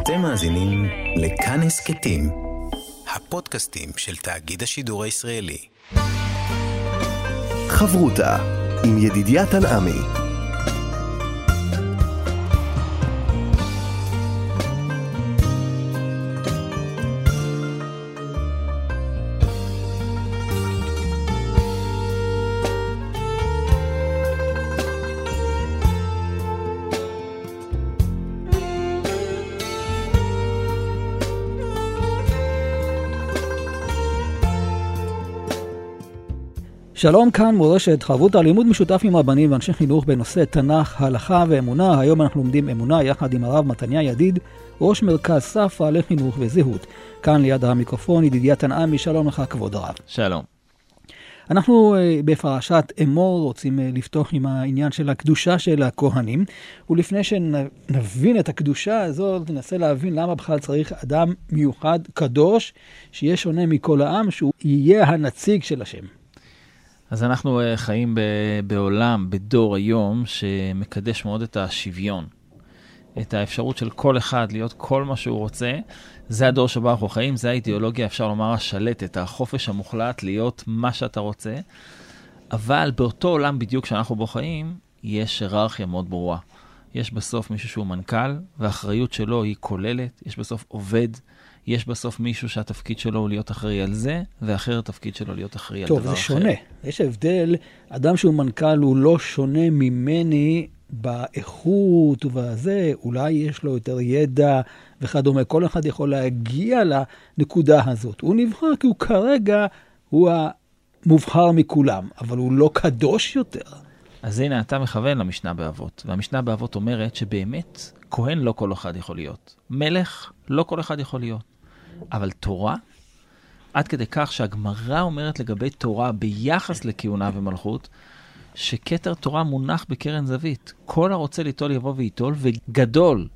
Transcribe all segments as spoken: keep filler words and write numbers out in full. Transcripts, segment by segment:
אתם מאזינים לכאן הסכתים, הפודקאסטים של תאגיד השידור הישראלי. חברותה עם ידידיה תנעמי. שלום, כאן מורשת, חברותה, לימוד משותף עם רבנים ואנשי חינוך בנושא תנ"ך, הלכה ואמונה. היום אנחנו לומדים אמונה יחד עם הרב מתניה ידיד, ראש מרכז ספרא לחינוך וזהות. כאן ליד המיקרופון ידידיה תנעמי, שלום לך כבוד הרב. שלום. אנחנו בפרשת אמור רוצים לפתוח עם העניין של הקדושה של הכהנים, ולפני שנבין את הקדושה הזאת, ננסה להבין למה בכלל צריך אדם מיוחד, קדוש, שיהיה שונה מכל העם, שהוא יהיה הנציג של השם. אז אנחנו חיים בעולם, בדור היום, שמקדש מאוד את השוויון. את האפשרות של כל אחד להיות כל מה שהוא רוצה. זה הדור שבו אנחנו חיים, זה האידיאולוגיה, אפשר לומר, השלטת, החופש המוחלט להיות מה שאתה רוצה. אבל באותו עולם בדיוק שאנחנו בו חיים, יש היררכיה מאוד ברורה. יש בסוף מישהו שהוא מנכ"ל, והאחריות שלו היא כוללת. יש בסוף עובד, יש בסוף מישהו שהתפקיד שלו הוא להיות אחראי על זה, ואחר התפקיד שלו להיות אחראי על דבר אחר. טוב, זה שונה. יש הבדל, אדם שהוא מנכ"ל הוא לא שונה ממני באיכות ובזה, אולי יש לו יותר ידע וכדומה. כל אחד יכול להגיע לנקודה הזאת. הוא נבחר כי הוא כרגע, הוא המובחר מכולם, אבל הוא לא קדוש יותר. אז הנה, אתה מכוון למשנה באבות, והמשנה באבות אומרת שבאמת כהן לא כל אחד יכול להיות. מלך לא כל אחד יכול להיות. אבל תורה, עד כדי כך שהגמרא אומרת לגבי תורה ביחס לכהונה ומלכות, שכתר תורה מונח בקרן זווית. כל הרוצה ליטול יבוא ויטול, וגדול,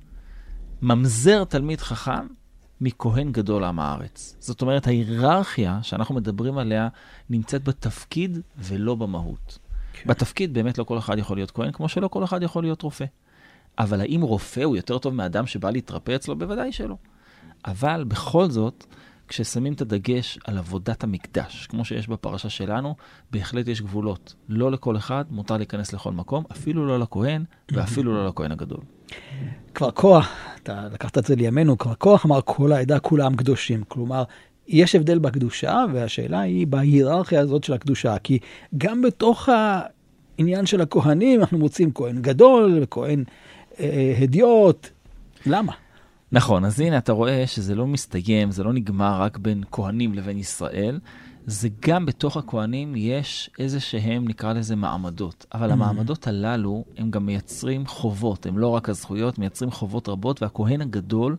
ממזר תלמיד חכם, מכהן גדול עם הארץ. זאת אומרת, ההיררכיה שאנחנו מדברים עליה נמצאת בתפקיד ולא במהות. כן. בתפקיד באמת לא כל אחד יכול להיות כהן, כמו שלא כל אחד יכול להיות רופא. אבל האם רופא הוא יותר טוב מאדם שבא להתרפא אצלו? בוודאי שלא. אבל בכל זאת, כששמים את הדגש על עבודת המקדש, כמו שיש בפרשה שלנו, בהחלט יש גבולות. לא לכל אחד מותר להיכנס לכל מקום, אפילו לא לכהן, ואפילו לא לכהן הגדול. כבר כוח, אתה לקחת את זה לימינו, כבר כוח אמר כל העדה, כולם קדושים. כלומר, יש הבדל בקדושה, והשאלה היא בהיררכיה הזאת של הקדושה, כי גם בתוך העניין של הכהנים, אנחנו מוצאים כהן גדול, וכהן אה, הדיוט. למה? נכון, אז הנה אתה רואה שזה לא מסתיים, זה לא נגמר רק בין כהנים לבין ישראל, זה גם בתוך הכהנים יש איזה שהם, נקרא לזה מעמדות, אבל mm-hmm. המעמדות הללו הם גם מייצרים חובות, הם לא רק הזכויות, מייצרים חובות רבות, והכהן הגדול,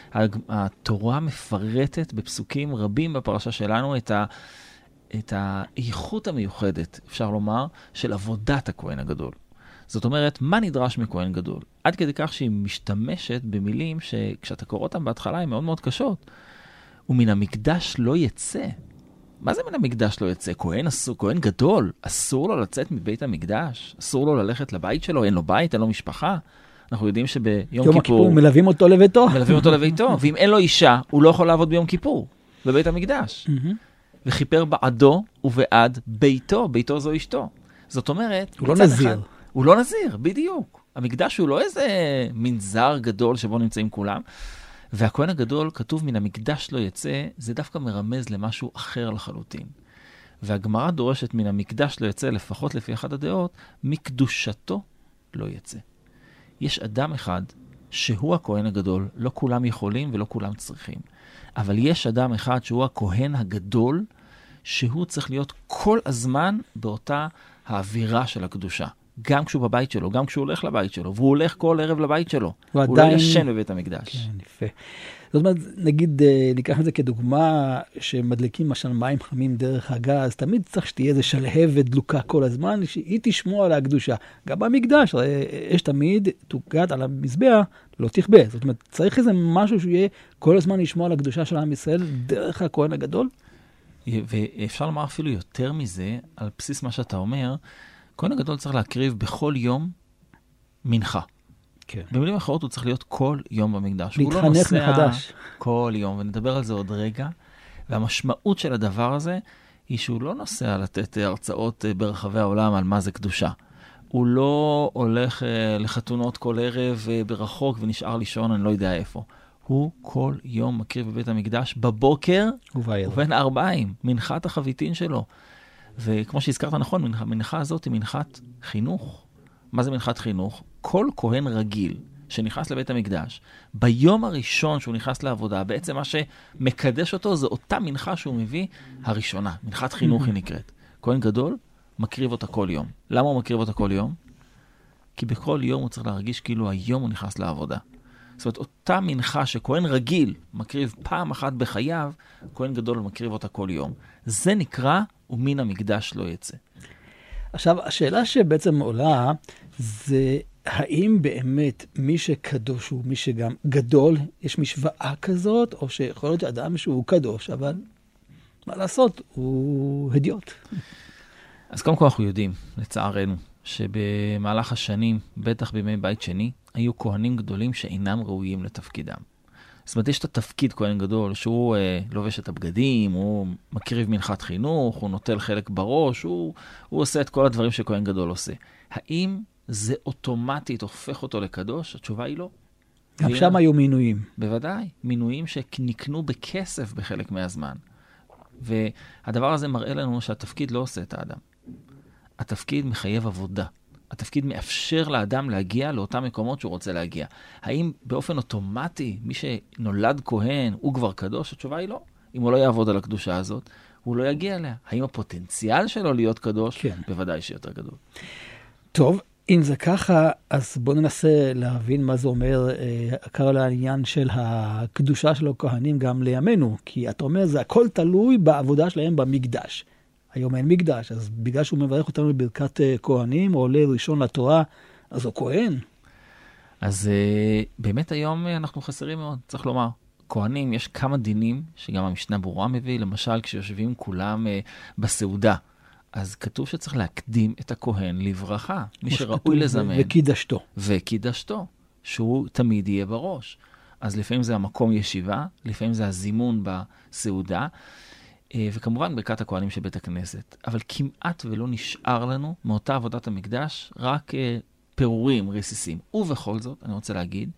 התורה מפרטת בפסוקים רבים בפרשה שלנו את ה... את האיכות המיוחדת, אפשר לומר, של עבודת הכהן הגדול. זאת אומרת, מה נדרש מכהן גדול? עד כדי כך שהיא משתמשת במילים שכשאתה קורא אותם בהתחלה הן מאוד מאוד קשות. ומן המקדש לא יצא. מה זה מן המקדש לא יצא? כהן אסור, כהן גדול, אסור לו לצאת מבית המקדש? אסור לו ללכת לבית שלו? אין לו בית, אין לו משפחה? אנחנו יודעים שביום כיפור... יום הכיפור מלווים אותו לביתו. מלווים אותו לביתו, ואם אין לו אישה, הוא לא יכול לעבוד ביום כיפור, בבית המקדש. וכיפר בעדו ובעד ביתו, ביתו זו אשתו. זאת אומרת... הוא לא נזיר. הוא לא נזיר, בדיוק. המקדש הוא לא איזה מנזר גדול שבו נמצאים כולם. והכהן הגדול, כתוב מן המקדש לא יצא, זה דווקא מרמז למשהו אחר לחלוטין. והגמרא דורשת מן המקדש לא יצא, לפחות לפי אחד הדעות, מקדושתו לא יצא. יש אדם אחד שהוא הכהן הגדול, לא כולם יכולים ולא כולם צריכים. אבל יש אדם אחד שהוא הכהן הגדול, שהוא צריך להיות כל הזמן באותה האווירה של הקדושה. גם כשהוא בבית שלו, גם כשהוא הולך לבית שלו, והוא הולך כל ערב לבית שלו. הוא, הוא עדיין... לא ישן בבית המקדש. כן, יפה. זאת אומרת, נגיד, ניקח את זה כדוגמה, שמדליקים למשל מים חמים דרך הגז, תמיד צריך שתהיה איזה שלהבת דלוקה כל הזמן, שהיא תשמוע על הקדושה. גם במקדש, יש תמיד תוגת על המזבח, לא תכבה. זאת אומרת, צריך איזה משהו שיהיה כל הזמן לשמוע על הקדושה של עם ישראל, דרך הכהן הגדול? ואפשר לומר אפילו יותר מזה, על בסיס מה שאתה אומר, הכהן הגדול צריך להקריב בכל יום מנחה. כן. במילים אחרות הוא צריך להיות כל יום במקדש. הוא לא להתחנך נוסע מחדש. כל יום, ונדבר על זה עוד רגע. והמשמעות של הדבר הזה היא שהוא לא נוסע לתת הרצאות ברחבי העולם על מה זה קדושה. הוא לא הולך לחתונות כל ערב ברחוק ונשאר לישון, אני לא יודע איפה. הוא כל יום מקריב בבית המקדש בבוקר ובין ארבעים, מנחת החביתין שלו. וכמו שהזכרת נכון, המנחה הזאת היא מנחת חינוך. מה זה מנחת חינוך? כל כהן רגיל שנכנס לבית המקדש, ביום הראשון שהוא נכנס לעבודה, בעצם מה שמקדש אותו זה אותה מנחה שהוא מביא הראשונה. מנחת חינוך היא נקראת. כהן גדול מקריב אותה כל יום. למה הוא מקריב אותה כל יום? כי בכל יום הוא צריך להרגיש כאילו היום הוא נכנס לעבודה. זאת אומרת, אותה מנחה שכהן רגיל מקריב פעם אחת בחייו, כהן גדול מקריב אותה כל יום. זה נקרא, ומן המקדש לא יצא. עכשיו, השאלה שבעצם עולה, זה האם באמת מי שקדוש הוא מי שגם גדול, יש משוואה כזאת, או שיכול להיות אדם שהוא קדוש, אבל מה לעשות, הוא הדיוט. אז קודם כל אנחנו יודעים, לצערנו, שבמהלך השנים, בטח בימי בית שני, היו כהנים גדולים שאינם ראויים לתפקידם. זאת אומרת, יש את התפקיד כהן גדול, שהוא אה, לובש את הבגדים, הוא מקריב מנחת חינוך, הוא נוטל חלק בראש, הוא, הוא עושה את כל הדברים שכהן גדול עושה. האם זה אוטומטית הופך אותו לקדוש? התשובה היא לא. גם שם היו מינויים. בוודאי, מינויים שנקנו בכסף בחלק מהזמן. והדבר הזה מראה לנו שהתפקיד לא עושה את האדם. התפקיד מחייב עבודה. התפקיד מאפשר לאדם להגיע לאותם מקומות שהוא רוצה להגיע. האם באופן אוטומטי, מי שנולד כהן, הוא כבר קדוש? התשובה היא לא. אם הוא לא יעבוד על הקדושה הזאת, הוא לא יגיע אליה. האם הפוטנציאל שלו להיות קדוש? כן. בוודאי שיותר גדול. טוב, אם זה ככה, אז בואו ננסה להבין מה זה אומר, עקר לעניין של הקדושה של הכהנים גם לימינו. כי אתה אומר, זה הכל תלוי בעבודה שלהם במקדש. היום אין מקדש, אז בגלל שהוא מברך אותנו בברכת כהנים, או עולה ראשון לתורה, אז הוא כהן. אז באמת היום אנחנו חסרים מאוד, צריך לומר. כהנים, יש כמה דינים, שגם המשנה ברורה מביא, למשל כשיושבים כולם בסעודה, אז כתוב שצריך להקדים את הכהן לברכה, מי שראוי לזמן. וקידשתו. וקידשתו, שהוא תמיד יהיה בראש. אז לפעמים זה המקום ישיבה, לפעמים זה הזימון בסעודה, וכמובן ברכת הכהנים של בית הכנסת. אבל כמעט ולא נשאר לנו מאותה עבודת המקדש, רק פירורים, רסיסים. ובכל זאת, אני רוצה להגיד,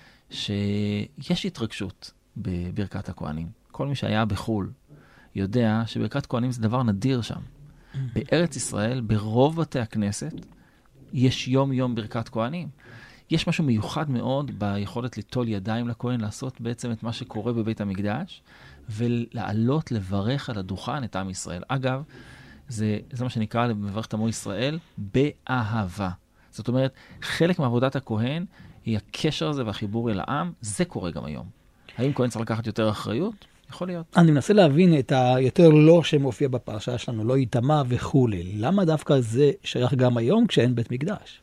שיש התרגשות בברכת הכהנים. כל מי שהיה בחול יודע שברכת כהנים זה דבר נדיר שם. בארץ ישראל, ברוב בתי הכנסת, יש יום יום ברכת כהנים. יש משהו מיוחד מאוד ביכולת ליטול ידיים לכהן, לעשות בעצם את מה שקורה בבית המקדש, ולעלות לברך על הדוכן את עם ישראל. אגב, זה, זה מה שנקרא לברך את עמו ישראל באהבה. זאת אומרת, חלק מעבודת הכהן היא הקשר הזה והחיבור אל העם, זה קורה גם היום. האם כהן צריך לקחת יותר אחריות? יכול להיות. אני מנסה להבין את היותר לא שמופיע בפרשה שלנו, לא יתמה וכו'. למה דווקא זה שייך גם היום כשאין בית מקדש?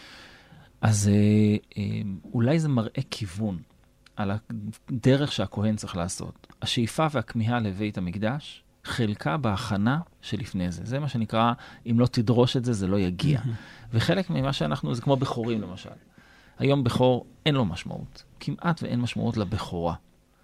אז אולי זה מראה כיוון על הדרך שהכהן צריך לעשות. השאיפה והכמיהה לבית המקדש, חלקה בהכנה שלפני זה. זה מה שנקרא, אם לא תדרוש את זה, זה לא יגיע. וחלק ממה שאנחנו, זה כמו בחורים למשל. היום בחור אין לו משמעות. כמעט ואין משמעות לבחורה.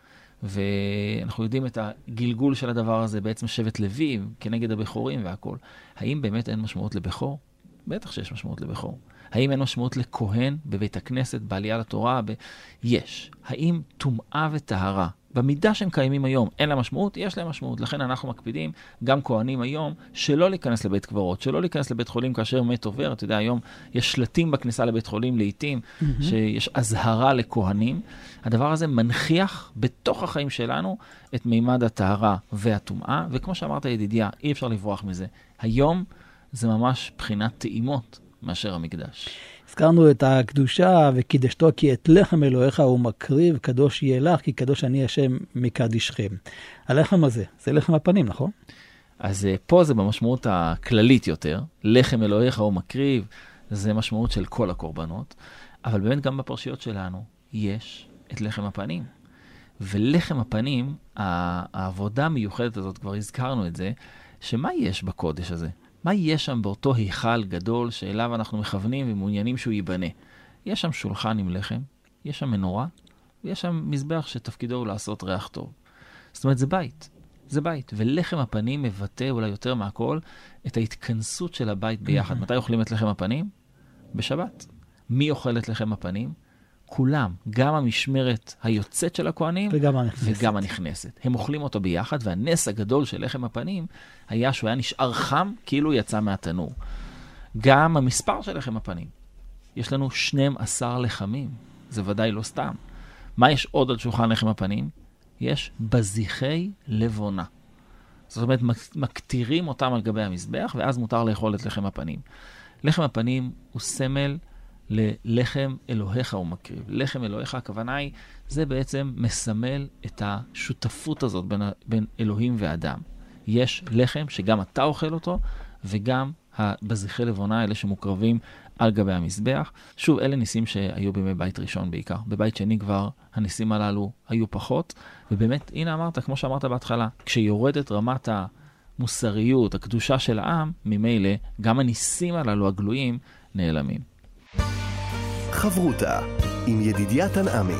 ואנחנו יודעים את הגלגול של הדבר הזה, בעצם שבט לוי, כנגד הבחורים והכל. האם באמת אין משמעות לבחור? בטח שיש משמעות לבחור. האם אין משמעות לכהן בבית הכנסת, בעלייה לתורה? ב... יש. האם טומאה וטהרה, במידה שהם קיימים היום, אין לה משמעות? יש להם משמעות. לכן אנחנו מקפידים, גם כהנים היום, שלא להיכנס לבית קברות, שלא להיכנס לבית חולים כאשר מת עובר. אתה יודע, היום יש שלטים בכניסה לבית חולים לעתים, mm-hmm. שיש הזהרה לכהנים. הדבר הזה מנחיח בתוך החיים שלנו את מימד הטהרה והטומאה, וכמו שאמרת ידידיה, אי אפשר לברוח מזה. היום זה ממש בחינת טעימות מאשר המקדש. הזכרנו את הקדושה וקידשתו, כי את לחם אלוהיך הוא מקריב, קדוש יהיה לך, כי קדוש אני השם מקדישכם. הלחם הזה, זה לחם הפנים, נכון? אז פה זה במשמעות הכללית יותר. לחם אלוהיך הוא מקריב, זה משמעות של כל הקורבנות. אבל באמת גם בפרשיות שלנו יש את לחם הפנים. ולחם הפנים, העבודה המיוחדת הזאת, כבר הזכרנו את זה, שמה יש בקודש הזה? מה יש שם באותו היכל גדול שאליו אנחנו מכוונים ומעוניינים שהוא ייבנה? יש שם שולחן עם לחם, יש שם מנורה, ויש שם מזבח שתפקידו הוא לעשות ריח טוב. זאת אומרת, זה בית. זה בית. ולחם הפנים מבטא אולי יותר מהכל את ההתכנסות של הבית ביחד. מתי אוכלים את לחם הפנים? בשבת. מי אוכל את לחם הפנים? כולם. גם המשמרת היוצאת של הכהנים וגם הנכנסת. וגם הנכנסת. הם אוכלים אותו ביחד, והנס הגדול של לחם הפנים היה שהוא היה נשאר חם כאילו יצא מהתנור. גם המספר של לחם הפנים. יש לנו שנים עשר לחמים. זה ודאי לא סתם. מה יש עוד על שולחן לחם הפנים? יש בזיחי לבונה. זאת אומרת, מקטירים אותם על גבי המזבח, ואז מותר לאכול את לחם הפנים. לחם הפנים הוא סמל ללחם אלוהיך הוא מקריב. לחם אלוהיך, הכוונה היא, זה בעצם מסמל את השותפות הזאת בין, בין אלוהים ואדם. יש לחם שגם אתה אוכל אותו, וגם בזיחי לבונה האלה שמוקרבים על גבי המזבח. שוב, אלה ניסים שהיו בימי בית ראשון בעיקר. בבית שני כבר הניסים הללו היו פחות. ובאמת, הנה אמרת, כמו שאמרת בהתחלה, כשיורדת רמת המוסריות, הקדושה של העם, ממילא גם הניסים הללו הגלויים נעלמים. חברותה עם ידידיה תנעמי.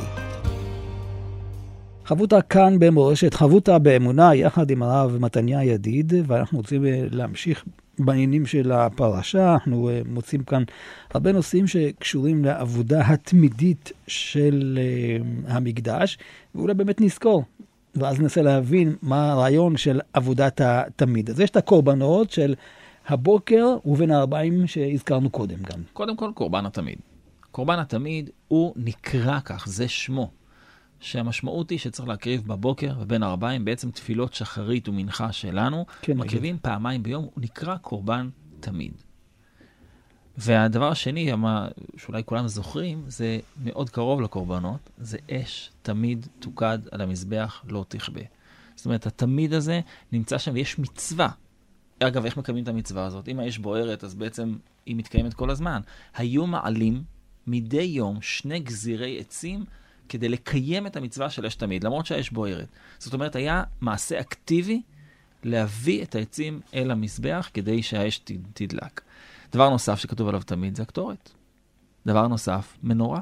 חבותה כאן במורשת, חבותה באמונה, יחד עם הרב מתניה ידיד, ואנחנו רוצים להמשיך בעניינים של הפרשה. אנחנו מוצאים כאן הרבה נושאים שקשורים לעבודה התמידית של המקדש, ואולי באמת נזכור, ואז ננסה להבין מה הרעיון של עבודת התמיד. אז יש את הקורבנות של הבוקר ובין הארבעים שהזכרנו קודם גם. קודם כל, קורבן התמיד. קורבן התמיד הוא נקרא כך, זה שמו. שהמשמעות היא שצריך להקריב בבוקר ובין הארבעים, בעצם תפילות שחרית ומנחה שלנו, כן, מקריבים נגיד. פעמיים ביום, הוא נקרא קורבן תמיד. והדבר השני, שאולי כולם זוכרים, זה מאוד קרוב לקורבנות, זה אש תמיד תוקד על המזבח לא תכבה. זאת אומרת, התמיד הזה נמצא שם ויש מצווה. אגב, איך מקיימים את המצווה הזאת? אם האש בוערת, אז בעצם היא מתקיימת כל הזמן. היו מעלים מדי יום שני גזירי עצים, כדי לקיים את המצווה של אש תמיד, למרות שהאש בוערת. זאת אומרת, היה מעשה אקטיבי להביא את העצים אל המזבח, כדי שהאש תדלק. דבר נוסף שכתוב עליו תמיד זה הקטורת. דבר נוסף, מנורה.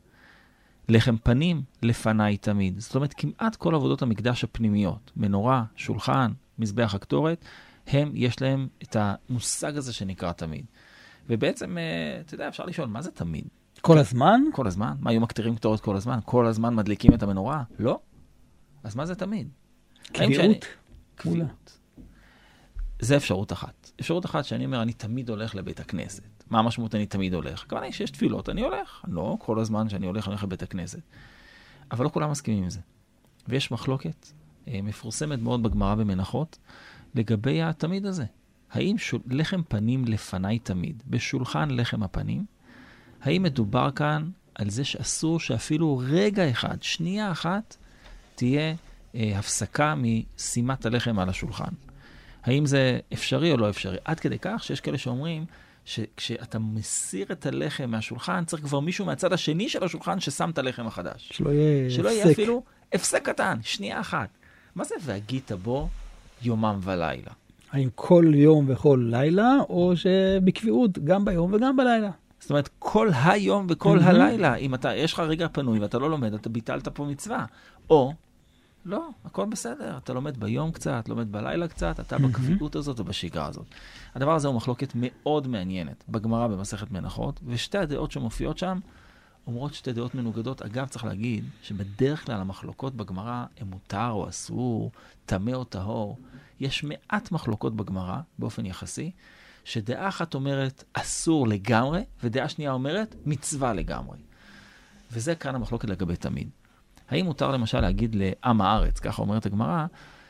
לחם פנים לפניי תמיד. זאת אומרת, כמעט כל עבודות המקדש הפנימיות, מנורה, שולחן, מזבח הקטורת, הם, יש להם את המושג הזה שנקרא תמיד. ובעצם, אתה יודע, אפשר לשאול, מה זה תמיד? כל הזמן? כל הזמן. מה, היו מקטירים קטורת כל הזמן? כל הזמן מדליקים את המנורה? לא. אז מה זה תמיד? קביעות? קביעות. זה אפשרות אחת. אפשרות אחת שאני אומר, אני תמיד הולך לבית הכנסת. מה המשמעות אני תמיד הולך? כמובן שיש תפילות, אני הולך. לא, כל הזמן שאני הולך, אני הולך לבית הכנסת. אבל לא כולם מסכימים עם זה. ויש מחלוקת מפורסמת מאוד בגמרא במנחות, לגבי התמיד הזה. האם שול... לחם פנים לפניי תמיד, בשולחן לחם הפנים, האם מדובר כאן על זה שאסור שאפילו רגע אחד, שנייה אחת, תהיה אה, הפסקה משימת הלחם על השולחן? האם זה אפשרי או לא אפשרי? עד כדי כך שיש כאלה שאומרים שכשאתה מסיר את הלחם מהשולחן, צריך כבר מישהו מהצד השני של השולחן ששם את הלחם החדש. שלא יהיה שלא הפסק. יהיה אפילו הפסק קטן, שנייה אחת. מה זה והגית בו יומם ולילה? האם כל יום וכל לילה, או שבקביעות גם ביום וגם בלילה? זאת אומרת, כל היום וכל mm-hmm. הלילה, אם אתה, יש לך רגע פנוי ואתה לא לומד, אתה ביטלת פה מצווה. או, לא, הכל בסדר. אתה לומד ביום קצת, לומד בלילה קצת, אתה mm-hmm. בקביעות הזאת ובשגרה הזאת. הדבר הזה הוא מחלוקת מאוד מעניינת בגמרא במסכת מנחות, ושתי הדעות שמופיעות שם אומרות שתי דעות מנוגדות. אגב, צריך להגיד שבדרך כלל המחלוקות בגמרא הם מותר או אסור, טמא או טהור. יש מעט מחלוקות בגמרא באופן יחסי, שדעה אחת אומרת אסור לגמרי, ודעה שנייה אומרת מצווה לגמרי. וזה כאן המחלוקת לגבי תמיד. האם מותר למשל להגיד לעם הארץ, ככה אומרת הגמרא,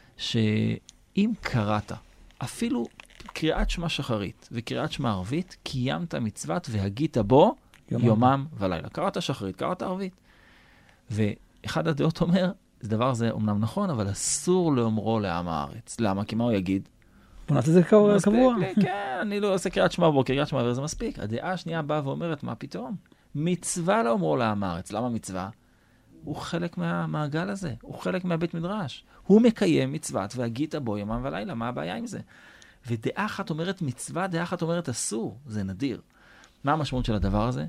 שאם קראת, אפילו קריאת שמה שחרית וקריאת שמה ערבית, קיימת מצוות והגית בו יומם, יומם ולילה. קראת שחרית, קראת ערבית. ואחד הדעות אומר, זה דבר זה אומנם נכון, אבל אסור לאומרו לעם הארץ. למה? כי מה הוא יגיד? בוא נעשה את זה קבוע. כן, אני לא עושה קריאת שמע בו, קריאת שמע וזה מספיק. הדעה השנייה באה ואומרת, מה פתאום? מצווה לאומרו לעם הארץ. למה מצווה? הוא חלק מהמעגל הזה, הוא חלק מהבית מדרש. הוא מקיים מצוות והגית בו יומם ולילה. מה הבעיה עם זה? ודעה אחת אומרת מצווה, דעה אחת אומרת אסור. זה נדיר. מה המשמעות של הדבר הזה?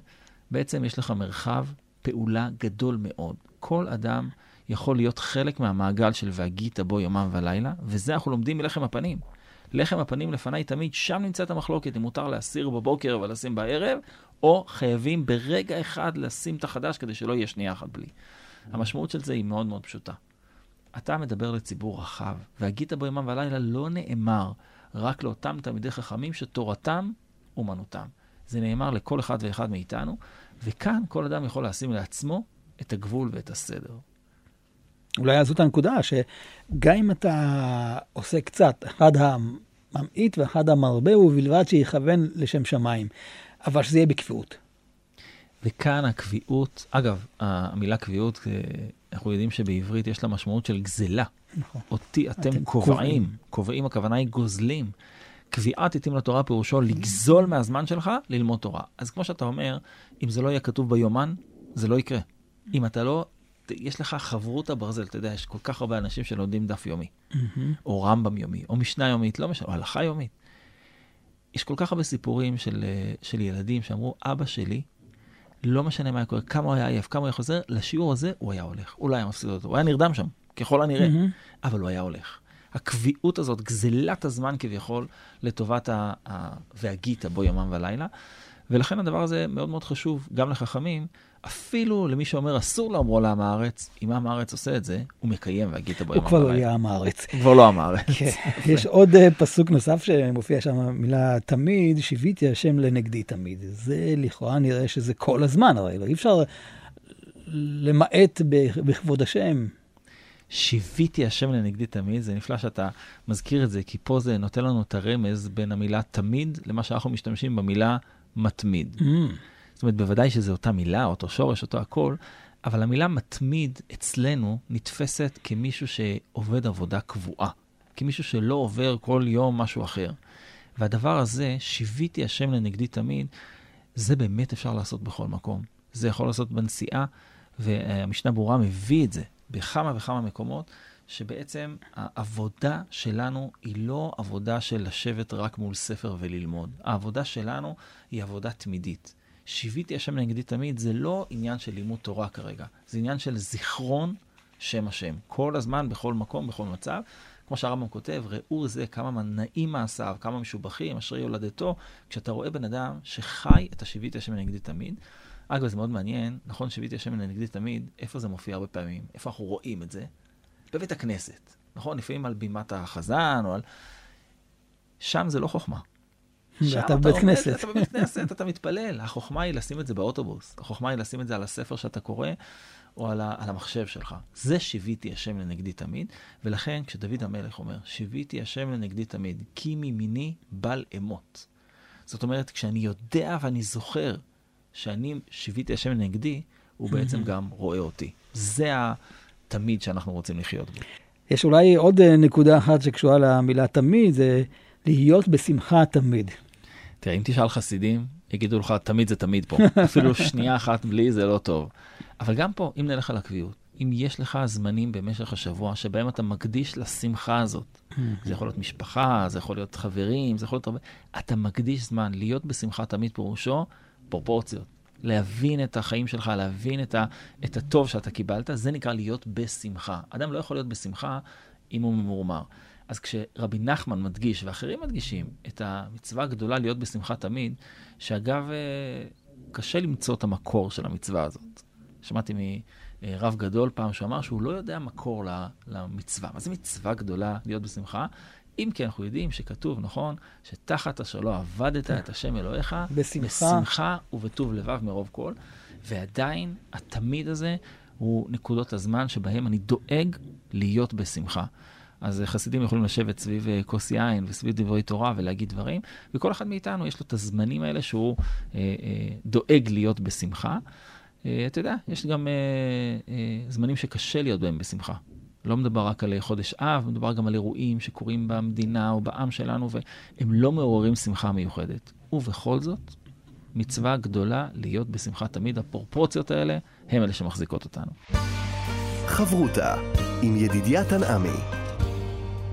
בעצם יש לך מרחב פעולה גדול מאוד. כל אדם יכול להיות חלק מהמעגל של והגית בו יומם ולילה, וזה אנחנו לומדים מלחם הפנים. לחם הפנים לפניי תמיד, שם נמצאת המחלוקת, אם מותר להסיר בבוקר ולשים בערב, או חייבים ברגע אחד לשים את החדש כדי שלא יהיה שנייה אחת בלי. המשמעות של זה היא מאוד מאוד פשוטה. אתה מדבר לציבור רחב, והגית בו יומם ולילה לא נאמר רק לאותם תלמידי חכמים שתורתם אומנותם. זה נאמר לכל אחד ואחד מאיתנו, וכאן כל אדם יכול לשים לעצמו את הגבול ואת הסדר. אולי זאת הנקודה, שגם אם אתה עושה קצת, אחד הממעיט ואחד המרבה, הוא בלבד שיכוון לשם שמיים, אבל שזה יהיה בקביעות. וכאן הקביעות, אגב, המילה קביעות, אנחנו יודעים שבעברית יש לה משמעות של גזלה. נכון. אותי אתם, אתם קובעים. קובעים, הכוונה היא גוזלים. קביעת עתים לתורה פירושו לגזול מהזמן שלך ללמוד תורה. אז כמו שאתה אומר, אם זה לא יהיה כתוב ביומן, זה לא יקרה. אם אתה לא, יש לך חברות הברזל, אתה יודע, יש כל כך הרבה אנשים שלומדים דף יומי, או רמב"ם יומי, או משנה יומית, לא משנה, או הלכה יומית. יש כל כך הרבה סיפורים של, של ילדים שאמרו, אבא שלי, לא משנה מה קורה, כמה הוא היה עייף, כמה הוא היה חוזר, לשיעור הזה הוא היה הולך. הוא לא היה מפסיד אותו, הוא היה נרדם שם, ככל הנראה, אבל הוא היה הולך. הקביעות הזאת, גזלת הזמן כביכול, לטובת והגית בו יומם ולילה, ולכן הדבר הזה מאוד מאוד חשוב, גם לחכמים, אפילו למי שאומר אסור לאמרו לעם הארץ, אם העם הארץ עושה את זה, הוא מקיים והגית בו יומם ולילה. הוא כבר לא יהיה העם הארץ. הוא כבר לא העם הארץ. יש עוד פסוק נוסף שמופיע שם מילה תמיד, שיוויתי השם לנגדי תמיד. זה לכאורה נראה שזה כל הזמן, הרי אי אפשר למעט בכבוד השם. שיוויתי השם לנגדי תמיד, זה נפלא שאתה מזכיר את זה, כי פה זה נותן לנו את הרמז בין המילה תמיד, למה שאנחנו משתמשים במילה מתמיד. Mm. זאת אומרת, בוודאי שזה אותה מילה, אותו שורש, אותו הכל, אבל המילה מתמיד אצלנו נתפסת כמישהו שעובד עבודה קבועה, כמישהו שלא עובר כל יום משהו אחר. והדבר הזה, שיוויתי השם לנגדי תמיד, זה באמת אפשר לעשות בכל מקום. זה יכול לעשות בנסיעה, והמשנה ברורה מביא את זה בכמה וכמה מקומות, שבעצם העבודה שלנו היא לא עבודה של לשבת רק מול ספר וללמוד. העבודה שלנו היא עבודה תמידית. שיוויתי השם לנגדי תמיד, זה לא עניין של לימוד תורה כרגע. זה עניין של זיכרון שם השם. כל הזמן, בכל מקום, בכל מצב. כמו שהרמב"ם כותב, ראו זה כמה נעים מעשיו, כמה משובחים, אשרי יולדתו. כשאתה רואה בן אדם שחי את השיוויתי השם לנגדי תמיד, אגב, זה מאוד מעניין, נכון, שיוויתי השם לנגדי תמיד, איפה זה מופיע הרבה פעמים? איפה אנחנו רואים את זה? בבית הכנסת. נכון? לפעמים על בימת החזן, או על... שם זה לא חוכמה. אתה בבית כנסת. אתה בבית כנסת, אתה מתפלל. החוכמה היא לשים את זה באוטובוס. החוכמה היא לשים את זה על הספר שאתה קורא, או על, ה... על המחשב שלך. זה שיוויתי השם לנגדי תמיד, ולכן כשדוד המלך אומר, שיוויתי השם לנגדי תמיד, כי מימיני בל אמות. זאת אומרת, כשאני יודע ואני זוכר, שאני שיוויתי השם לנגדי, הוא בעצם גם רואה אותי. זה התמיד שאנחנו רוצים לחיות בו. יש אולי עוד נקודה אחת שקשורה למילה תמיד, זה להיות בשמחה תמיד. תראה, אם תשאל חסידים, יגידו לך, תמיד זה תמיד פה. אפילו שנייה אחת בלי זה לא טוב. אבל גם פה, אם נלך על הקביעות, אם יש לך זמנים במשך השבוע, שבהם אתה מקדיש לשמחה הזאת, זה יכול להיות משפחה, זה יכול להיות חברים, זה יכול להיות הרבה, אתה מקדיש זמן להיות בשמחה תמיד פירושו, פרופורציות. להבין את החיים שלך, להבין את, ה, את הטוב שאתה קיבלת, זה נקרא להיות בשמחה. אדם לא יכול להיות בשמחה אם הוא ממורמר. אז כשרבי נחמן מדגיש, ואחרים מדגישים, את המצווה הגדולה להיות בשמחה תמיד, שאגב, קשה למצוא את המקור של המצווה הזאת. שמעתי מרב גדול פעם שאמר שהוא לא יודע מקור למצווה. מה זה מצווה גדולה להיות בשמחה? אם כי אנחנו יודעים שכתוב, נכון, שתחת אשר לא עבדת את השם אלוהיך, בשמחה. בשמחה ובטוב לבב מרוב כל, ועדיין התמיד הזה הוא נקודות הזמן שבהם אני דואג להיות בשמחה. אז חסידים יכולים לשבת סביב כוס יין וסביב דברי תורה ולהגיד דברים, וכל אחד מאיתנו יש לו את הזמנים האלה שהוא אה, אה, דואג להיות בשמחה. אה, אתה יודע, יש גם אה, אה, זמנים שקשה להיות בהם בשמחה. לא מדובר רק על חודש אב, מדובר גם על אירועים שקורים במדינה או בעם שלנו, והם לא מעוררים שמחה מיוחדת. ובכל זאת, מצווה גדולה להיות בשמחה תמיד. הפרופורציות האלה הם אלה שמחזיקות אותנו. חברותה עם ידידיה תנעמי.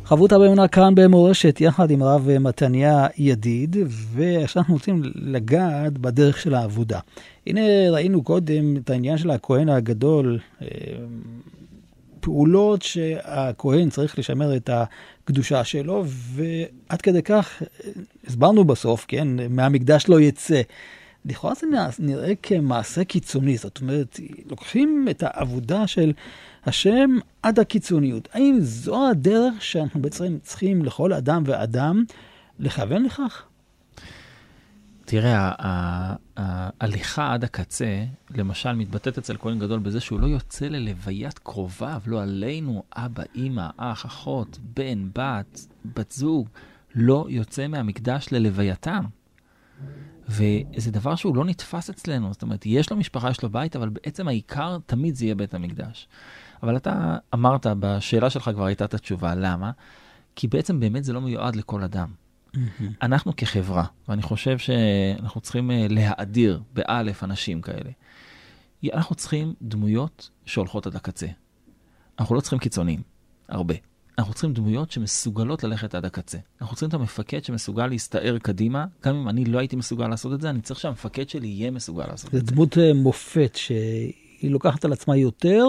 חברותא באמונה כאן במורשת, יחד עם הרב מתניה ידיד, ועכשיו אנחנו רוצים לגעת בדרך של העבודה. הנה ראינו קודם את העניין של הכהן הגדול, פעולות שהכהן צריך לשמר את הקדושה שלו, ועד כדי כך הסברנו בסוף, כן, מהמקדש לא יצא. לכאורה זה נראה כמעשה קיצוני, זאת אומרת, לוקחים את העבודה של השם עד הקיצוניות. האם זו הדרך שאנחנו בעצם צריכים לכל אדם ואדם לכוון לכך? תראה, ההליכה עד הקצה, למשל, מתבטאת אצל כהן גדול בזה שהוא לא יוצא ללוויית קרוביו, לא עלינו, אבא, אמא, אח, אחות, בן, בת, בת זוג, לא יוצא מהמקדש ללווייתם. וזה דבר שהוא לא נתפס אצלנו, זאת אומרת, יש לו משפחה, יש לו בית, אבל בעצם העיקר תמיד זה יהיה בית המקדש. אבל אתה אמרת, בשאלה שלך כבר הייתה את התשובה, למה? כי בעצם באמת זה לא מיועד לכל אדם. אנחנו כחברה, ואני חושב שאנחנו צריכים להאדיר באלף אנשים כאלה, אנחנו צריכים דמויות שהולכות עד הקצה. אנחנו לא צריכים קיצונים, הרבה. אנחנו צריכים דמויות שמסוגלות ללכת עד הקצה. אנחנו צריכים את המפקד שמסוגל להסתער קדימה, גם אם אני לא הייתי מסוגל לעשות את זה, אני צריך שהמפקד שלי יהיה מסוגל לעשות את זה. זה דמות מופת שהיא לוקחת על עצמה יותר.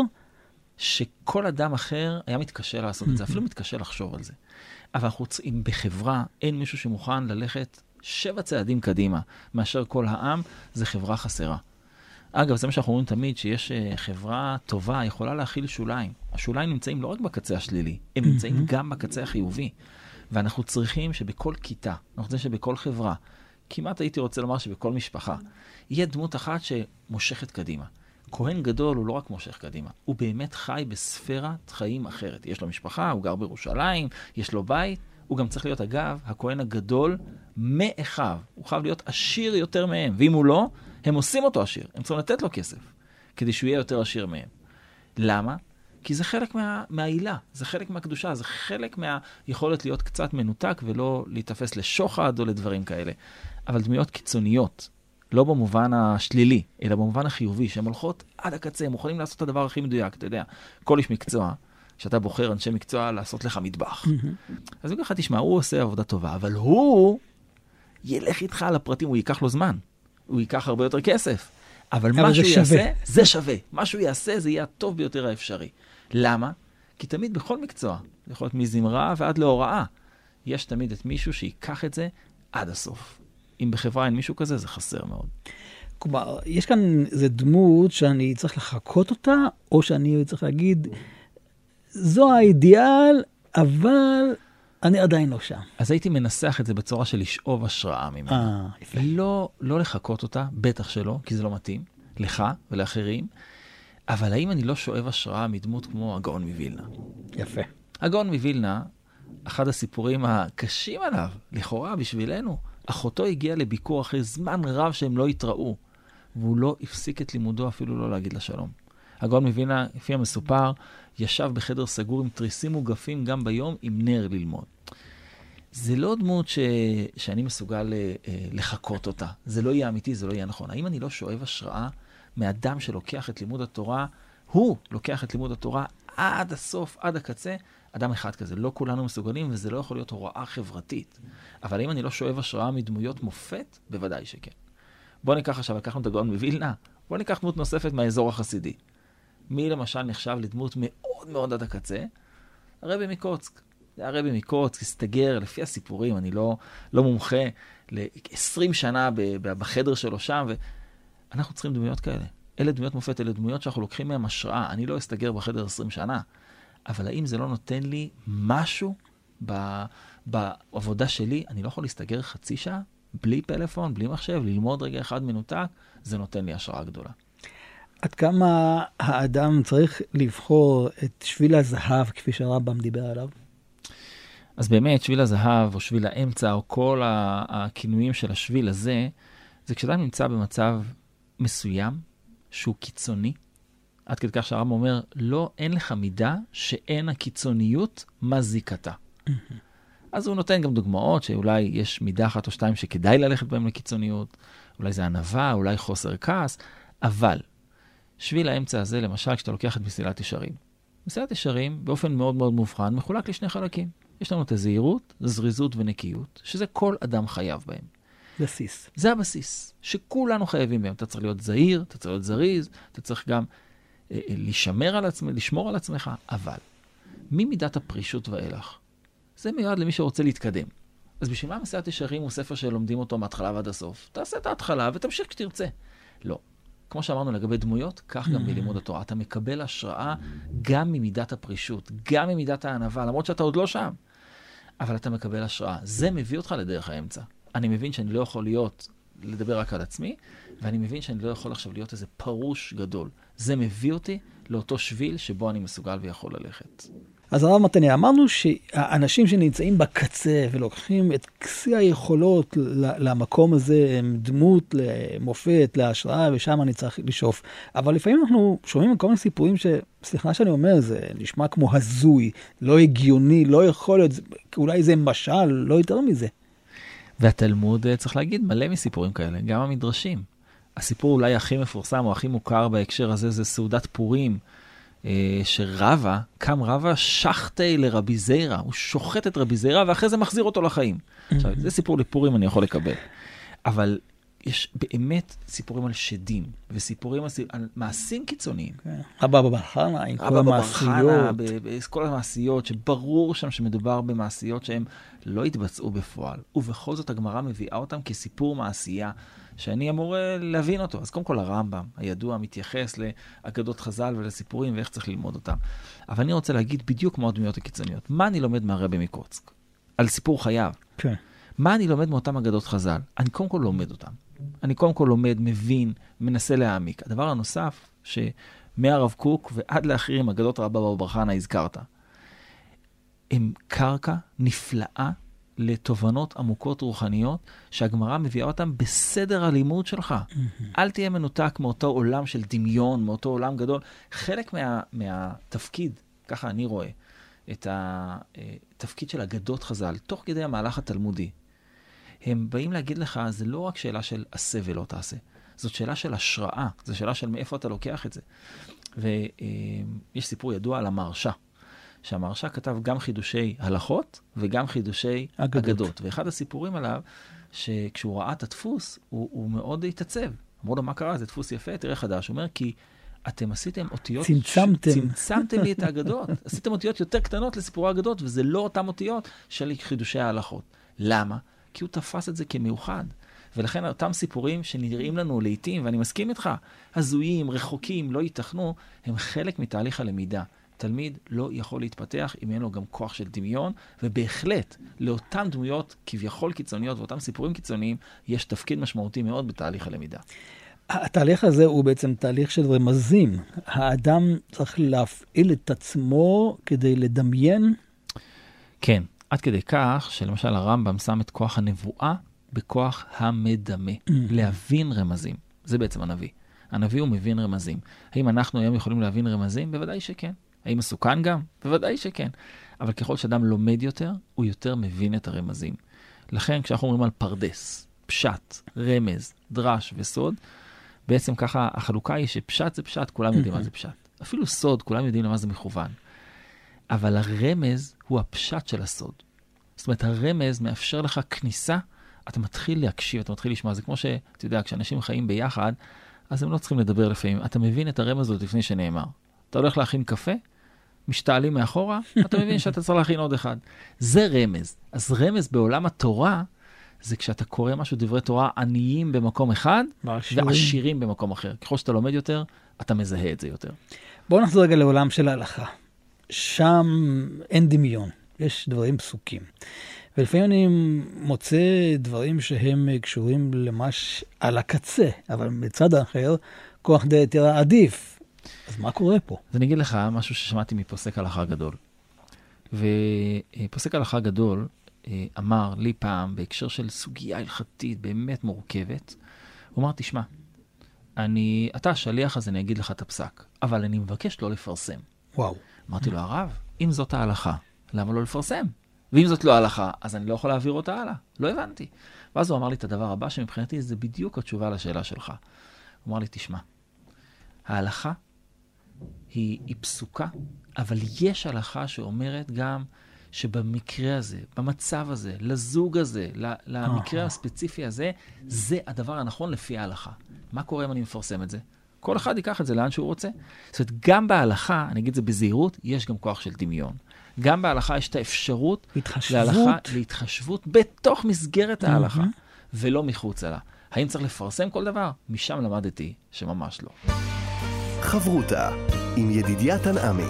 שכל אדם אחר היה מתקשה לעשות את זה, אפילו מתקשה לחשוב על זה. אבל אנחנו רוצים, בחברה אין מישהו שמוכן ללכת שבע צעדים קדימה, מאשר כל העם, זה חברה חסרה. אגב, זה מה שאנחנו אומרים תמיד, שיש חברה טובה, יכולה להכיל שוליים. השוליים נמצאים לא רק בקצה השלילי, הם נמצאים גם בקצה החיובי. ואנחנו צריכים שבכל כיתה, אנחנו רוצים שבכל חברה, כמעט הייתי רוצה לומר שבכל משפחה, יהיה דמות אחת שמושכת קדימה. כהן גדול הוא לא רק מושך קדימה, הוא באמת חי בספירת חיים אחרת. יש לו משפחה, הוא גר בירושלים, יש לו בית, הוא גם צריך להיות, אגב, הכהן הגדול מאחיו. הוא חייב להיות עשיר יותר מהם, ואם הוא לא, הם עושים אותו עשיר. הם צריכים לתת לו כסף, כדי שהוא יהיה יותר עשיר מהם. למה? כי זה חלק מה, מהעילה, זה חלק מהקדושה, זה חלק מהיכולת להיות קצת מנותק, ולא להתאפס לשוחד או לדברים כאלה. אבל דמויות קיצוניות, לא במובן השלילי, אלא במובן החיובי, שהן הולכות עד הקצה, הם יכולים לעשות את הדבר הכי מדויק, אתה יודע, כל איש מקצוע, שאתה בוחר אנשי מקצוע לעשות לך מטבח. אז הוא ככה, תשמע, הוא עושה עבודה טובה, אבל הוא ילך איתך על הפרטים, הוא ייקח לו זמן, הוא ייקח הרבה יותר כסף, אבל מה שהוא יעשה, זה שווה. מה שהוא יעשה, זה יהיה הטוב ביותר האפשרי. למה? כי תמיד בכל מקצוע, יכול להיות מזמרה ועד להוראה, יש תמיד את מישהו שיקח את זה עד הסוף. אם בחברה אין מישהו כזה, זה חסר מאוד. כלומר, יש כאן איזו דמות שאני צריך לחכות אותה, או שאני צריך להגיד, זו האידיאל, אבל אני עדיין לא שם. אז הייתי מנסח את זה בצורה של לשאוב השראה ממנה. יפה. לא, לא לחכות אותה, בטח שלא, כי זה לא מתאים, לך ולאחרים, אבל האם אני לא שואב השראה מדמות כמו הגאון מווילנה? יפה. הגאון מווילנה, אחד הסיפורים הקשים עליו, לכאורה בשבילנו, אחותו הגיעה לביקור אחרי זמן רב שהם לא התראו, והוא לא הפסיק את לימודו אפילו לא להגיד לה שלום. הגאון מווילנה, לפי המסופר, ישב בחדר סגור עם תריסים מוגפים גם ביום עם נר ללמוד. זה לא דמות ש... שאני מסוגל לחכות אותה. זה לא יהיה אמיתי, זה לא יהיה נכון. האם אני לא שואב השראה מאדם שלוקח את לימוד התורה, הוא לוקח את לימוד התורה עד הסוף, עד הקצה, אדם אחד כזה. לא כולנו מסוגלים, וזה לא יכול להיות הוראה חברתית. אבל אם אני לא שואב השראה מדמויות מופת, בוודאי שכן. בוא ניקח עכשיו, לקחנו את הגאון מווילנה, בוא ניקח דמות נוספת מהאזור החסידי. מי למשל נחשב לדמות מאוד מאוד עד הקצה? הרבי מקוצק. זה הרבי מקוצק, הסתגר, לפי הסיפורים, אני לא, לא מומחה, ל-עשרים שנה בחדר שלו שם, ואנחנו צריכים דמויות כאלה. אלה דמויות מופת, אלה דמויות שאנחנו לוקחים מהם השראה. אני לא אסתגר בחדר עשרים שנה, אבל האם זה לא נותן לי משהו ב, בעבודה שלי? אני לא יכול להסתגר חצי שעה, בלי פלאפון, בלי מחשב, ללמוד רגע אחד מנותק, זה נותן לי השראה גדולה. עד כמה האדם צריך לבחור את שביל הזהב, כפי שהרמב"ם דיבר עליו? אז באמת, שביל הזהב, או שביל האמצע, או כל הכינויים של השביל הזה, זה כשאדם נמצא במצב מסוים, שהוא קיצוני, עד כדי כך שהרמב"ם אומר, לא, אין לך מידה שאין הקיצוניות מזיקתה. אז הוא נותן גם דוגמאות, שאולי יש מידה אחת או שתיים שכדאי ללכת בהם לקיצוניות, אולי זה ענווה, אולי חוסר כעס, אבל שביל האמצע הזה, למשל, כשאתה לוקח את מסילת ישרים. מסילת ישרים, באופן מאוד מאוד מובחן, מחולק לשני חלקים. יש לנו את הזהירות, זריזות ונקיות, שזה כל אדם חייב בהם. בסיס. זה הבסיס, שכולנו חייבים בהם. אתה צריך להיות זהיר, אתה צריך להיות זריז, אתה צריך גם אה, לשמר על עצמך, לשמור על עצמך, אבל ממידת הפרישות ואילך, זה מיועד למי שרוצה להתקדם. אז בשביל מה מסעת ישרים הוא ספר שלומדים אותו מההתחלה ועד הסוף? תעשה את ההתחלה ותמשיך כשתרצה. לא. כמו שאמרנו לגבי דמויות, כך גם בלימוד התורה. אתה מקבל השראה גם ממידת הפרישות, גם ממידת הענווה, למרות שאתה עוד לא שם. אבל אתה מקבל השראה. זה מביא אותך לדרך האמצע. אני מבין שאני לא יכול להיות, לדבר רק על עצמי, ואני מבין שאני לא יכול עכשיו להיות איזה פרוש גדול. זה מביא אותי לאותו שביל שבו אני מסוגל ויכול ללכת. אז הרב מתניה, אמרנו שהאנשים שנמצאים בקצה ולוקחים את כסי היכולות למקום הזה, הם דמות למופת, להשראה, ושם אני צריך לשאוף. אבל לפעמים אנחנו שומעים כל מיני סיפורים שסליחה שאני אומר, זה נשמע כמו הזוי, לא הגיוני, לא יכול להיות, אולי זה משל, לא יותר מזה. והתלמוד, צריך להגיד, מלא מסיפורים כאלה, גם המדרשים. הסיפור אולי הכי מפורסם או הכי מוכר בהקשר הזה זה סעודת פורים, שרבה, קם רבה שחטי לרבי זירא, הוא שוחט את רבי זירא ואחרי זה מחזיר אותו לחיים. עכשיו, זה סיפור לפורים אני יכול לקבל. אבל יש באמת סיפורים על שדים, וסיפורים על מעשים קיצוניים. אבא בבר חנה, עם כל המעשיות. כל המעשיות, שברור שם שמדובר במעשיות שהם לא התבצעו בפועל, ובכל זאת הגמרא מביאה אותם כסיפור מעשייה, שאני אמור להבין אותו. אז קודם כל הרמב"ם, הידוע, מתייחס לאגדות חז"ל ולסיפורים ואיך צריך ללמוד אותם. אבל אני רוצה להגיד בדיוק מה הדמויות הקיצוניות. מה אני לומד מהרבי מקוצק? על סיפור חייו. כן. מה אני לומד מאותם אגדות חז"ל? אני קודם כל לומד אותם. אני קודם כל לומד, מבין, מנסה להעמיק. הדבר הנוסף, שמהרב קוק ועד לאחרים, אגדות רבה בבר חנה הזכרת, הם קרקע נפלאה לתובנות עמוקות רוחניות, שהגמרא מביאה אותם בסדר הלימוד שלך. Mm-hmm. אל תהיה מנותק מאותו עולם של דמיון, מאותו עולם גדול. חלק מה, מהתפקיד, ככה אני רואה, את התפקיד של אגדות חז"ל, תוך כדי המהלך התלמודי. הם באים להגיד לך, זה לא רק שאלה של עשה ולא תעשה. זאת שאלה של השראה. זו שאלה של מאיפה אתה לוקח את זה. ויש סיפור ידוע על המהרש"א. שהמהרש"א כתב גם חידושי הלכות וגם חידושי אגדות. אגדות. ואחד הסיפורים עליו, שכשהוא ראה את הדפוס, הוא, הוא מאוד התעצב. אמרו לו, מה קרה? זה דפוס יפה, תראה חדש. הוא אומר, כי אתם עשיתם אותיות... צמצמתם. ש... צמצמתם לי את האגדות. עשיתם אותיות יותר קטנות לסיפורי האגדות, וזה לא אותם אותיות של חידושי ההלכות. למה? כי הוא תפס את זה כמיוחד. ולכן אותם סיפורים שנראים לנו לעתים, ואני מסכים איתך, הזויים, רחוקים, לא ייתכנו, הם חלק מתהליך הלמידה. תלמיד לא יכול להתפתח אם אין לו גם כוח של דמיון, ובהחלט לאותן דמויות כביכול קיצוניות ואותם סיפורים קיצוניים, יש תפקיד משמעותי מאוד בתהליך הלמידה. התהליך הזה הוא בעצם תהליך של רמזים. האדם צריך להפעיל את עצמו כדי לדמיין? כן, עד כדי כך שלמשל הרמב"ם שם את כוח הנבואה בכוח המדמה, להבין רמזים. זה בעצם הנביא. הנביא הוא מבין רמזים. האם אנחנו היום יכולים להבין רמזים? בוודאי שכן. האם מסוכן גם? בוודאי שכן. אבל ככל שאדם לומד יותר, הוא יותר מבין את הרמזים. לכן כשאנחנו אומרים על פרדס, פשט, רמז, דרש וסוד, בעצם ככה החלוקה היא שפשט זה פשט, כולם יודעים מה זה פשט. אפילו סוד, כולם יודעים למה זה מכוון. אבל הרמז הוא הפשט של הסוד. זאת אומרת, הרמז מאפשר לך כניסה, אתה מתחיל להקשיב, אתה מתחיל לשמוע. זה כמו שאתה יודע, כשאנשים חיים ביחד, אז הם לא צריכים לדבר לפעמים. אתה מבין את הרמז הזאת לפני שנאמר. אתה הולך להכין קפה, משתעלים מאחורה, אתה מבין שאתה צריך להכין עוד אחד. זה רמז. אז רמז בעולם התורה, זה כשאתה קורא משהו, דברי תורה עניים במקום אחד, ועשירים במקום אחר. ככל שאתה לומד יותר, אתה מזהה את זה יותר. בואו נחזור רגע לעולם של ההלכה. שם אין דמיון, יש דברים פסוקים. ולפעמים אני מוצא דברים שהם קשורים למש על הקצה, אבל מצד האחר, כוח די יותר עדיף. אז מה קורה פה? אז אני אגיד לך משהו ששמעתי מפוסק הלכה גדול. ופוסק הלכה גדול אמר לי פעם, בהקשר של סוגיה הלכתית באמת מורכבת, הוא אמר, תשמע, אני, אתה השליח, אז אני אגיד לך את הפסק, אבל אני מבקש לא לפרסם. וואו. אמרתי לו, הרב, אם זאת ההלכה, למה לא לפרסם? ואם זאת לא ההלכה, אז אני לא יכול להעביר אותה הלאה. לא הבנתי. ואז הוא אמר לי את הדבר הבא, שמבחינתי זה בדיוק התשובה לשאלה שלך. הוא אמר לי, תשמע, ההלכה היא, היא פסוקה, אבל יש הלכה שאומרת גם שבמקרה הזה, במצב הזה, לזוג הזה, למקרה הספציפי הזה, זה הדבר הנכון לפי ההלכה. מה קורה אם אני מפרסם את זה? כל אחד ייקח את זה לאן שהוא רוצה. זאת אומרת, גם בהלכה, אני אגיד את זה בזהירות, יש גם כוח של דמיון. גם בהלכה יש את האפשרות להלכה, להתחשבות בתוך מסגרת ההלכה, ולא מחוץ לה. האם צריך לפרסם כל דבר? משם למדתי שממש לא. חברותה עם ידידיה תנעמי.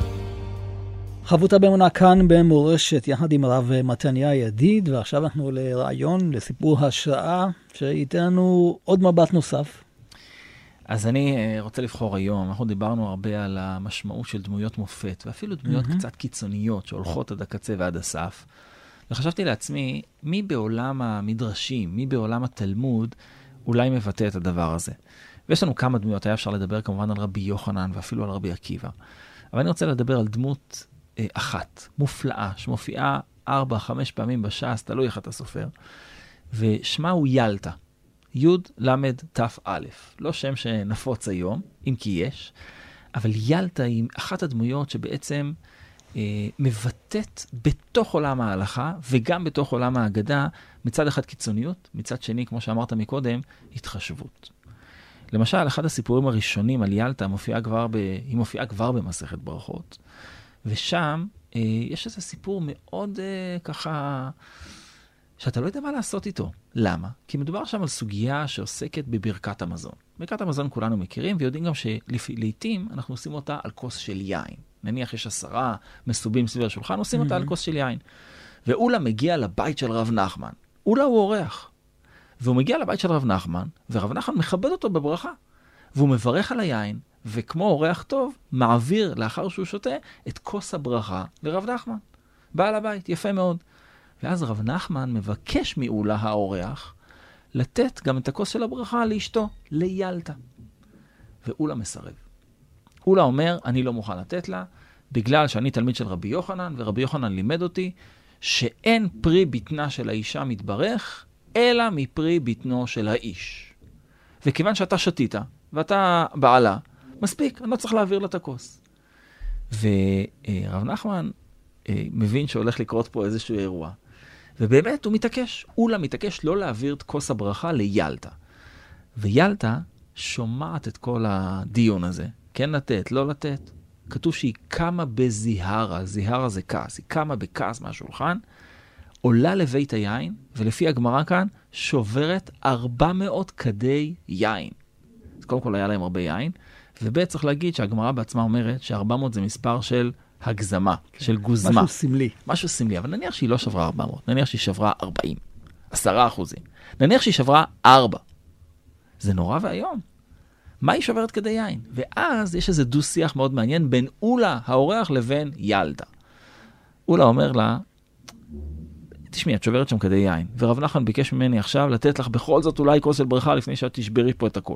חברותה באמונה כאן במורשת, יחד עם הרב מתניה ידיד, ועכשיו אנחנו לרעיון, לסיפור השראה, שייתן לנו עוד מבט נוסף. אז אני רוצה לבחור היום, אנחנו דיברנו הרבה על המשמעות של דמויות מופת, ואפילו דמויות mm-hmm. קצת קיצוניות, שהולכות עד הקצה ועד הסף. וחשבתי לעצמי, מי בעולם המדרשים, מי בעולם התלמוד, אולי מבטא את הדבר הזה. ויש לנו כמה דמויות, היה אפשר לדבר כמובן על רבי יוחנן, ואפילו על רבי עקיבא. אבל אני רוצה לדבר על דמות אה, אחת, מופלאה, שמופיעה ארבע, חמש פעמים בש"ס, תלוי איך אתה סופר, ושמה הוא ילתא. י' למד ת' א', לא שם שנפוץ היום, אם כי יש, אבל ילתא היא אחת הדמויות שבעצם אה, מבטאת בתוך עולם ההלכה, וגם בתוך עולם ההגדה, מצד אחד קיצוניות, מצד שני, כמו שאמרת מקודם, התחשבות. למשל, אחד הסיפורים הראשונים על ילתא מופיעה כבר, ב... היא מופיעה כבר במסכת ברכות, ושם אה, יש איזה סיפור מאוד אה, ככה, שאתה לא יודע מה לעשות איתו. למה? כי מדובר שם על סוגיה שעוסקת בברכת המזון. ברכת המזון כולנו מכירים, ויודעים גם שלעיתים אנחנו עושים אותה על כוס של יין. נניח יש עשרה מסובים סביב השולחן, עושים אותה על כוס של יין. ואולה מגיע לבית של רב נחמן. אולה הוא אורח. והוא מגיע לבית של רב נחמן, ורב נחמן מכבד אותו בברכה. והוא מברך על היין, וכמו אורח טוב, מעביר לאחר שהוא שותה את כוס הברכה לרב נחמן. בעל הבית, יפה מאוד. ואז רב נחמן מבקש מאולה האורח לתת גם את הכוס של הברכה לאשתו, לילתא. ואולה מסרב. אולה אומר, אני לא מוכן לתת לה, בגלל שאני תלמיד של רבי יוחנן, ורבי יוחנן לימד אותי, שאין פרי בטנה של האישה מתברך, אלא מפרי בטנו של האיש. וכיוון שאתה שתית, ואתה בעלה, מספיק, אני לא צריך להעביר לה את הכוס. ורב נחמן מבין שהולך לקרות פה איזשהו אירוע. ובאמת הוא מתעקש, אולה מתעקש לא להעביר את כוס הברכה לילתא. וילתא שומעת את כל הדיון הזה. כן לתת, לא לתת. כתוב שהיא קמה בזיהרה, זיהרה זה כעס, היא קמה בכעס מהשולחן, עולה לבית היין, ולפי הגמרא כאן, שוברת ארבע מאות כדי יין. אז קודם כל היה להם הרבה יין, וב' צריך להגיד שהגמרא בעצמה אומרת ש-ארבע מאות זה מספר של הגזמה, כן. של גוזמה. משהו סמלי. משהו סמלי, אבל נניח שהיא לא שברה ארבע מאות, נניח שהיא שברה ארבעים, עשרה אחוזים. נניח שהיא שברה ארבע. זה נורא והיום. מה היא שוברת כדי יין? ואז יש איזה דו שיח מאוד מעניין בין אולה האורח לבין ילתא. אולה אומר לה, תשמעי, את שוברת שם כדי יין, ורב נחמן ביקש ממני עכשיו לתת לך בכל זאת אולי כוס של ברכה לפני שאת תשברי פה את הכל.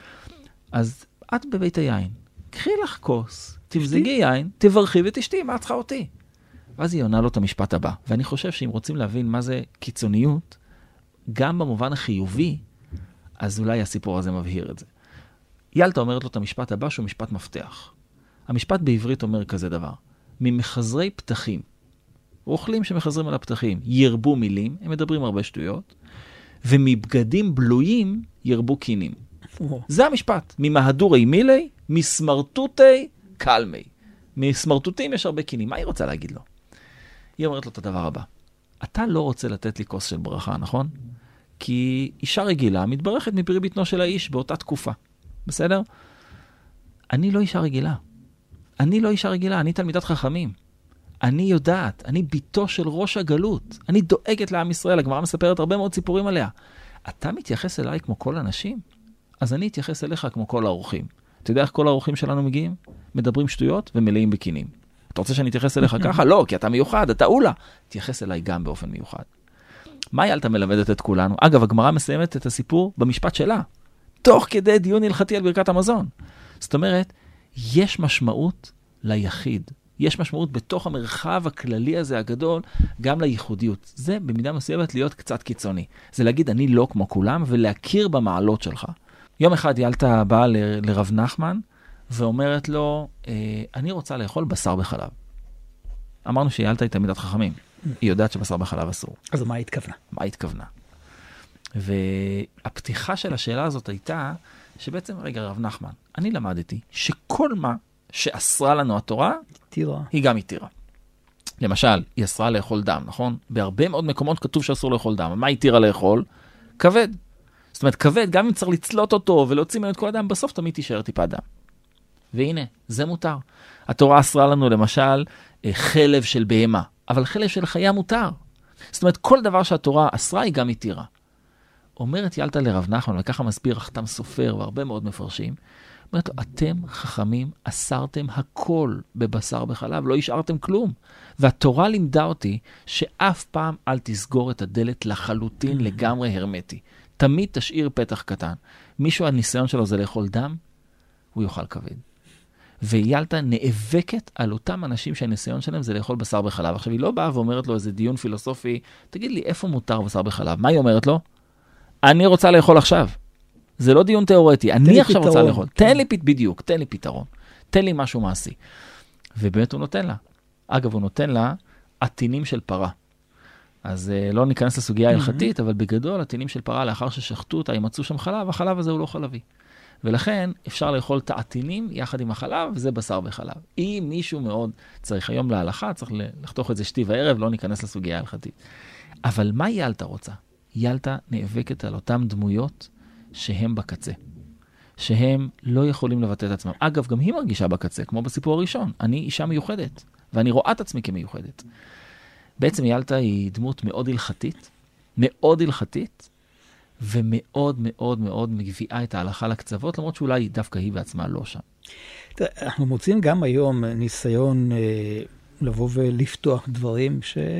אז את בבית היין, קחי לך כוס, תבזגי יין, תברכי ותשתי, מה את צריכה אותי? ואז היא עונה לו את המשפט הבא, ואני חושב שאם רוצים להבין מה זה קיצוניות, גם במובן החיובי, אז אולי הסיפור הזה מבהיר את זה. ילתא אומרת לו את המשפט הבא שהוא משפט מפתח. המשפט בעברית אומר כזה דבר, ממחזרי פתחים, רוכלים שמחזרים על הפתחים, ירבו מילים, הם מדברים הרבה שטויות, ומבגדים בלויים ירבו קינים. זה המשפט. ממהדורי מילי, מסמרטוטי קלמי. מסמרטוטים יש הרבה קינים. מה היא רוצה להגיד לו? היא אומרת לו את הדבר הבא. אתה לא רוצה לתת לי כוס של ברכה, נכון? כי אישה רגילה מתברכת מפרי בטנו של האיש באותה תקופה. בסדר? אני לא אישה רגילה. אני לא אישה רגילה, אני תלמידת חכמים. אני יודעת, אני ביתו של ראש הגלות. אני דואגת לעם ישראל, הגמרא מספרת הרבה מאוד סיפורים עליה. אתה מתייחס אליי כמו כל אנשים? אז אני אתייחס אליך כמו כל האורחים. אתה יודע איך כל האורחים שלנו מגיעים? מדברים שטויות ומלאים בקינים. אתה רוצה שאני אתייחס אליך ככה? לא, כי אתה מיוחד, אתה אולה. תייחס אליי גם באופן מיוחד. מה ילתא מלמדת את כולנו? אגב, הגמרא מסיימת את הסיפור במשפט שלה. תוך כדי דיון הלכתי על ברכת המזון. זאת אומרת, יש משמעות ליחיד. יש משמעות בתוך המרחב הכללי הזה הגדול, גם לייחודיות. זה במידה מסוימת להיות קצת קיצוני. זה להגיד, אני לא כמו כולם, ולהכיר במעלות שלך. יום אחד ילתא באה ל- לרב נחמן, ואומרת לו, אני רוצה לאכול בשר בחלב. אמרנו שיעלתא היא תלמידת חכמים. היא יודעת שבשר בחלב אסור. אז מה היא התכוונה? מה היא התכוונה? והפתיחה של השאלה הזאת הייתה, שבעצם, רגע, רב נחמן, אני למדתי שכל מה שאסרה לנו התורה, תירה. היא גם התירה. למשל, היא אסרה לאכול דם, נכון? בהרבה מאוד מקומות כתוב שאסור לאכול דם. מה התירה לאכול? כבד. זאת אומרת, כבד, גם אם צריך לצלות אותו ולהוציא ממנו את כל הדם, בסוף תמיד תישאר טיפה דם. והנה, זה מותר. התורה אסרה לנו, למשל, חלב של בהמה, אבל חלב של חיה מותר. זאת אומרת, כל דבר שהתורה אסרה היא גם התירה. אומרת יעלתא לרב נחמן, וככה מסביר חתם סופר והרבה מאוד מפרשים, אומרת לו, אתם חכמים אסרתם הכל בבשר בחלב, לא השארתם כלום. והתורה לימדה אותי שאף פעם אל תסגור את הדלת לחלוטין לגמרי הרמטי. תמיד תשאיר פתח קטן. מישהו הניסיון שלו זה לאכול דם, הוא יאכל כבד. ויעלתא נאבקת על אותם אנשים שהניסיון שלהם זה לאכול בשר בחלב. עכשיו היא לא באה ואומרת לו איזה דיון פילוסופי, תגיד לי איפה מותר בשר בחלב? מה היא אומרת לו? אני רוצה לאכול עכשיו. זה לא דיון תיאורטי, אני עכשיו פתרון. רוצה לאכול. תן לי פת... בדיוק, תן לי פתרון. תן לי משהו מעשי. ובאמת הוא נותן לה. אגב, הוא נותן לה עטינים של פרה. אז uh, לא ניכנס לסוגיה ההלכתית, אבל בגדול, עטינים של פרה, לאחר ששחטו אותה, ימצאו שם חלב, החלב הזה הוא לא חלבי. ולכן אפשר לאכול את העטינים יחד עם החלב, וזה בשר בחלב. אם מישהו מאוד צריך היום להלכה, צריך לחתוך את זה שתי וערב, לא ניכנס לסוגיה ההלכתית. אבל מה יעלתא רוצה? יעלתא נאבקת על אותם דמויות שהם בקצה. שהם לא יכולים לבטא את עצמם. אגב, גם היא מרגישה בקצה, כמו בסיפור הראשון. אני אישה מיוחדת, ואני רואה את עצמי כמיוחדת. בעצם יעלתא היא דמות מאוד הלכתית, מאוד הלכתית, ומאוד מאוד מאוד מגביעה את ההלכה לקצוות, למרות שאולי דווקא היא בעצמה לא שם. אנחנו מוצאים גם היום ניסיון אה, לבוא ולפתוח דברים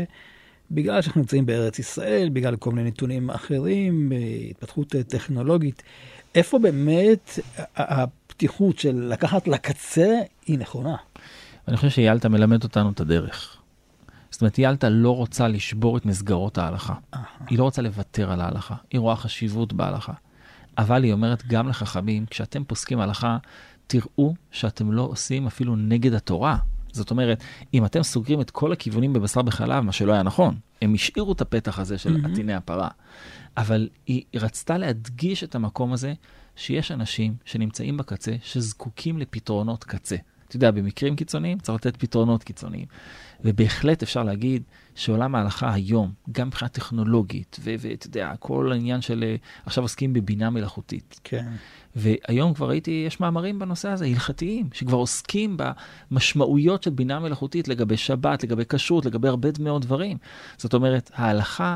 שבגלל שאנחנו נמצאים בארץ ישראל, בגלל כל מיני נתונים אחרים, התפתחות טכנולוגית, איפה באמת הפתיחות של לקחת לקצה היא נכונה? אני חושב שיעלתא מלמד אותנו את הדרך. זאת אומרת, יעלתא לא רוצה לשבור את מסגרות ההלכה. היא לא רוצה לוותר על ההלכה. היא רואה חשיבות בהלכה. אבל היא אומרת גם לחכמים, כשאתם פוסקים הלכה, תראו שאתם לא עושים אפילו נגד התורה. זאת אומרת, אם אתם סוגרים את כל הכיוונים בבשר בחלב, מה שלא היה נכון, הם השאירו את הפתח הזה של עטיני הפרה. אבל היא רצתה להדגיש את המקום הזה, שיש אנשים שנמצאים בקצה, שזקוקים לפתרונות קצה. אתה יודע, במקרים קיצוניים צריך לתת פתרונות קיצוניים. ובהחלט אפשר להגיד שעולם ההלכה היום, גם מבחינה טכנולוגית, ואתה יודע, כל העניין של, עכשיו עוסקים בבינה מלאכותית. כן. והיום כבר ראיתי, יש מאמרים בנושא הזה, הלכתיים, שכבר עוסקים במשמעויות של בינה מלאכותית, לגבי שבת, לגבי כשרות, לגבי הרבה מאוד דברים. זאת אומרת, ההלכה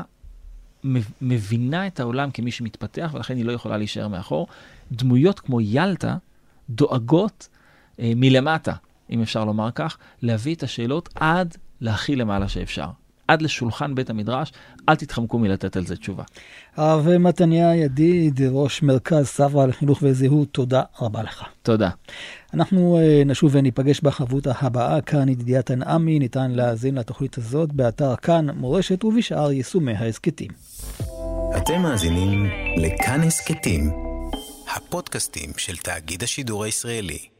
מבינה את העולם כמי שמתפתח, ולכן היא לא יכולה להישאר מאחור. דמויות כמו יעלתא דואגות אה, מלמטה, אם אפשר לומר כך, להביא את השאלות עד להכי למעלה שאפשר. עד לשולחן בית המדרש, אל תתחמקו מלתת על זה תשובה. הרב מתניה ידיד, ראש מרכז סברא לחינוך וזהות, תודה רבה לך. תודה. אנחנו נשוב וניפגש בחברותה הבאה, כאן ידידיה תנעמי, ניתן להאזין לתוכנית הזאת באתר כאן מורשת ובשאר יישומי ההסכתים. אתם מאזינים לכאן הסכתים, הפודקאסטים של תאגיד השידור הישראלי.